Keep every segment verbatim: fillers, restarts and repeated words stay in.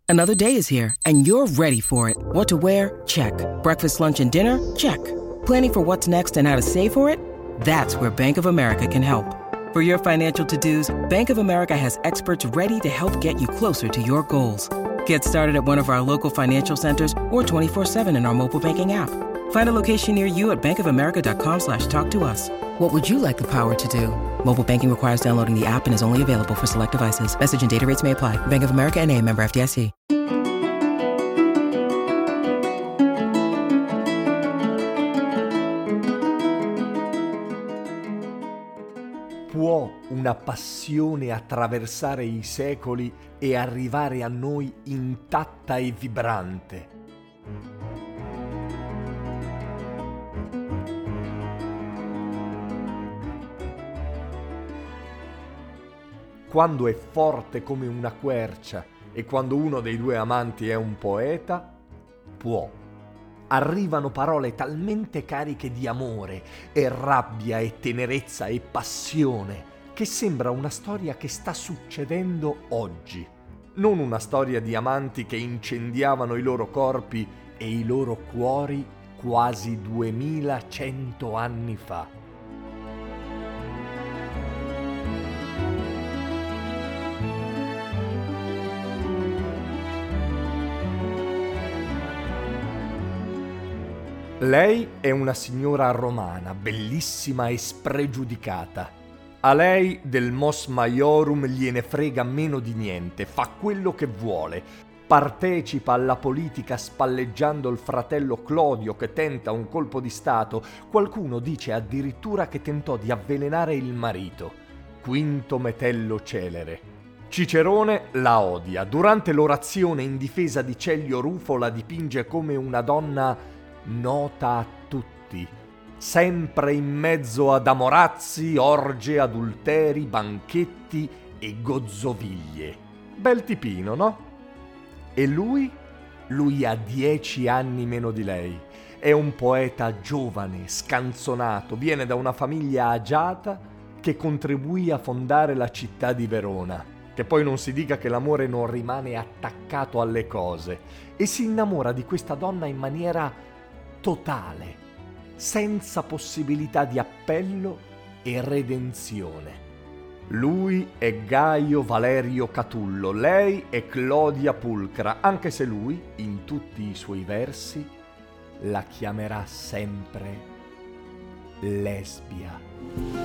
Another day is here, and you're ready for it. What to wear? Check. Breakfast, lunch, and dinner? Check. Planning for what's next and how to save for it? That's where Bank of America can help. For your financial to-dos, Bank of America has experts ready to help get you closer to your goals. Get started at one of our local financial centers or twenty-four seven in our mobile banking app. Find a location near you at bankofamerica.com slash talk to us. What would you like the power to do? Mobile banking requires downloading the app and is only available for select devices. Message and data rates may apply. Bank of America N A, member F D I C. Può una passione attraversare i secoli e arrivare a noi intatta e vibrante? Quando è forte come una quercia e quando uno dei due amanti è un poeta, può. Arrivano parole talmente cariche di amore e rabbia e tenerezza e passione che sembra una storia che sta succedendo oggi. Non una storia di amanti che incendiavano i loro corpi e i loro cuori quasi duemilacento anni fa. Lei è una signora romana, bellissima e spregiudicata. A lei del mos maiorum gliene frega meno di niente, fa quello che vuole. Partecipa alla politica spalleggiando il fratello Clodio che tenta un colpo di stato. Qualcuno dice addirittura che tentò di avvelenare il marito. Quinto Metello Celere. Cicerone la odia. Durante l'orazione in difesa di Cellio Rufo la dipinge come una donna nota a tutti, sempre in mezzo ad amorazzi, orge, adulteri, banchetti e gozzoviglie. Bel tipino, no? E lui? Lui ha dieci anni meno di lei. È un poeta giovane, scanzonato, viene da una famiglia agiata che contribuì a fondare la città di Verona. Che poi non si dica che l'amore non rimane attaccato alle cose, e si innamora di questa donna in maniera totale, senza possibilità di appello e redenzione. Lui è Gaio Valerio Catullo, lei è Clodia Pulcra, anche se lui, in tutti i suoi versi, la chiamerà sempre Lesbia.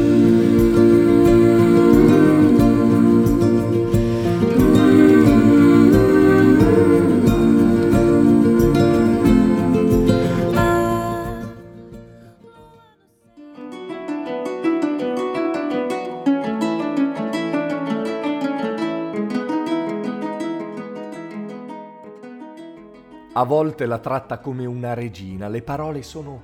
A volte la tratta come una regina, le parole sono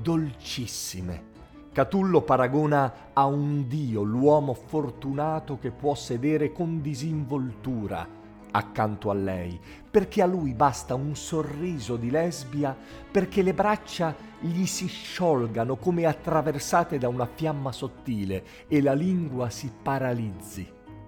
dolcissime. Catullo paragona a un dio l'uomo fortunato che può sedere con disinvoltura accanto a lei, perché a lui basta un sorriso di Lesbia perché le braccia gli si sciolgano come attraversate da una fiamma sottile e la lingua si paralizzi.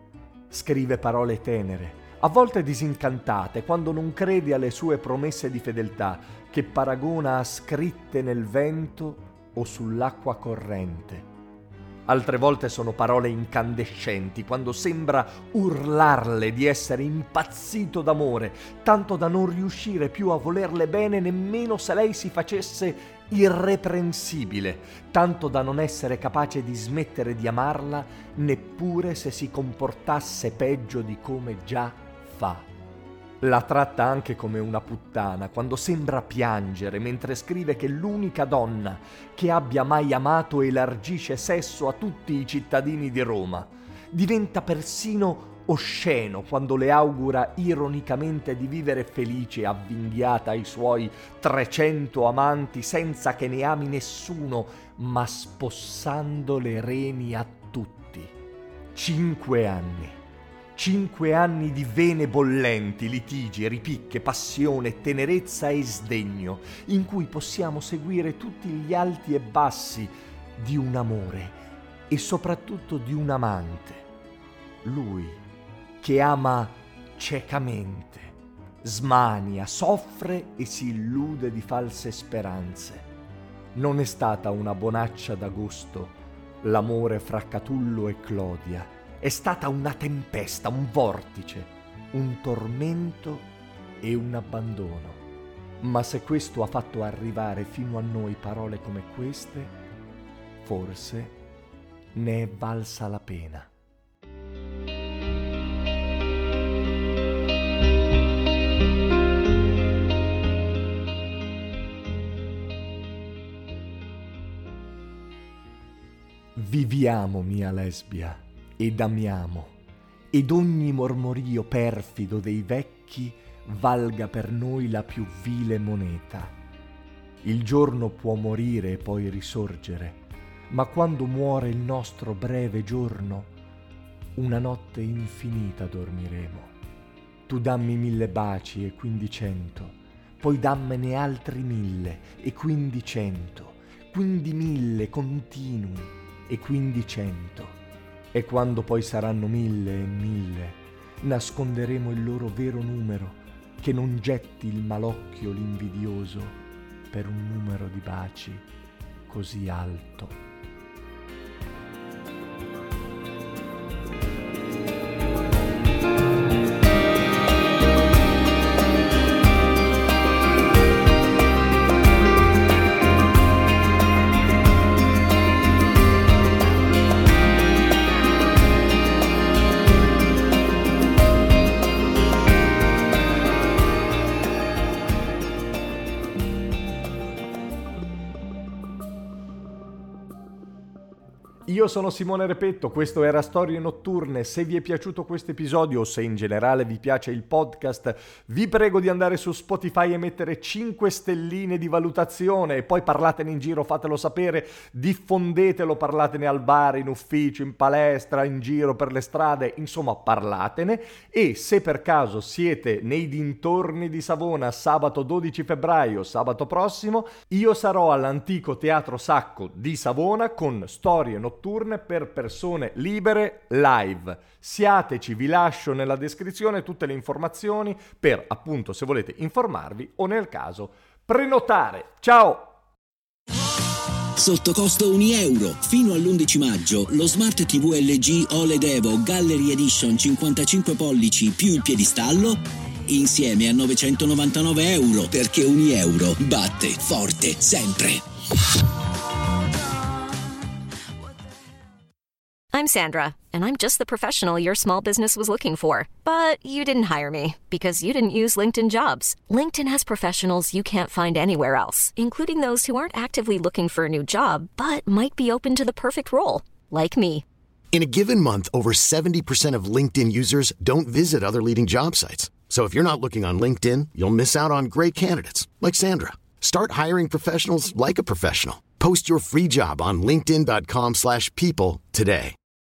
Scrive parole tenere, a volte disincantate, quando non crede alle sue promesse di fedeltà, che paragona a scritte nel vento o sull'acqua corrente. Altre volte sono parole incandescenti, quando sembra urlarle di essere impazzito d'amore, tanto da non riuscire più a volerle bene nemmeno se lei si facesse irreprensibile, tanto da non essere capace di smettere di amarla neppure se si comportasse peggio di come già fa. La tratta anche come una puttana, quando sembra piangere mentre scrive che l'unica donna che abbia mai amato elargisce sesso a tutti i cittadini di Roma. Diventa persino osceno quando le augura ironicamente di vivere felice avvinghiata ai suoi trecento amanti senza che ne ami nessuno, ma spossando le reni a tutti. Cinque anni. Cinque anni di vene bollenti, litigi, ripicche, passione, tenerezza e sdegno, in cui possiamo seguire tutti gli alti e bassi di un amore e soprattutto di un amante. Lui che ama ciecamente, smania, soffre e si illude di false speranze. Non è stata una bonaccia d'agosto l'amore fra Catullo e Clodia, è stata una tempesta, un vortice, un tormento e un abbandono. Ma se questo ha fatto arrivare fino a noi parole come queste, forse ne è valsa la pena. Viviamo, mia lesbia, ed amiamo, ed ogni mormorio perfido dei vecchi valga per noi la più vile moneta. Il giorno può morire e poi risorgere, ma quando muore il nostro breve giorno, una notte infinita dormiremo. Tu dammi mille baci e quindi cento, poi dammene altri mille e quindi cento, quindi mille continui e quindi cento. E quando poi saranno mille e mille, nasconderemo il loro vero numero, che non getti il malocchio l'invidioso per un numero di baci così alto. Io sono Simone Repetto, questo era Storie Notturne. Se vi è piaciuto questo episodio o se in generale vi piace il podcast, vi prego di andare su Spotify e mettere cinque stelline di valutazione e poi parlatene in giro, fatelo sapere, diffondetelo, parlatene al bar, in ufficio, in palestra, in giro per le strade, insomma parlatene. E se per caso siete nei dintorni di Savona sabato dodici febbraio, sabato prossimo, io sarò all'Antico Teatro Sacco di Savona con Storie Notturne per persone libere live. Siateci, vi lascio nella descrizione tutte le informazioni per, appunto, se volete informarvi o nel caso prenotare. Ciao! Sotto costo un euro. Fino all'undici maggio lo Smart tivù L G O L E D Evo Gallery Edition cinquantacinque pollici più il piedistallo insieme a novecentonovantanove euro, perché un euro batte forte sempre. I'm Sandra, and I'm just the professional your small business was looking for. But you didn't hire me because you didn't use LinkedIn Jobs. LinkedIn has professionals you can't find anywhere else, including those who aren't actively looking for a new job, but might be open to the perfect role, like me. In a given month, over seventy percent of LinkedIn users don't visit other leading job sites. So if you're not looking on LinkedIn, you'll miss out on great candidates like Sandra. Start hiring professionals like a professional. Post your free job on linkedin dot com slash people today.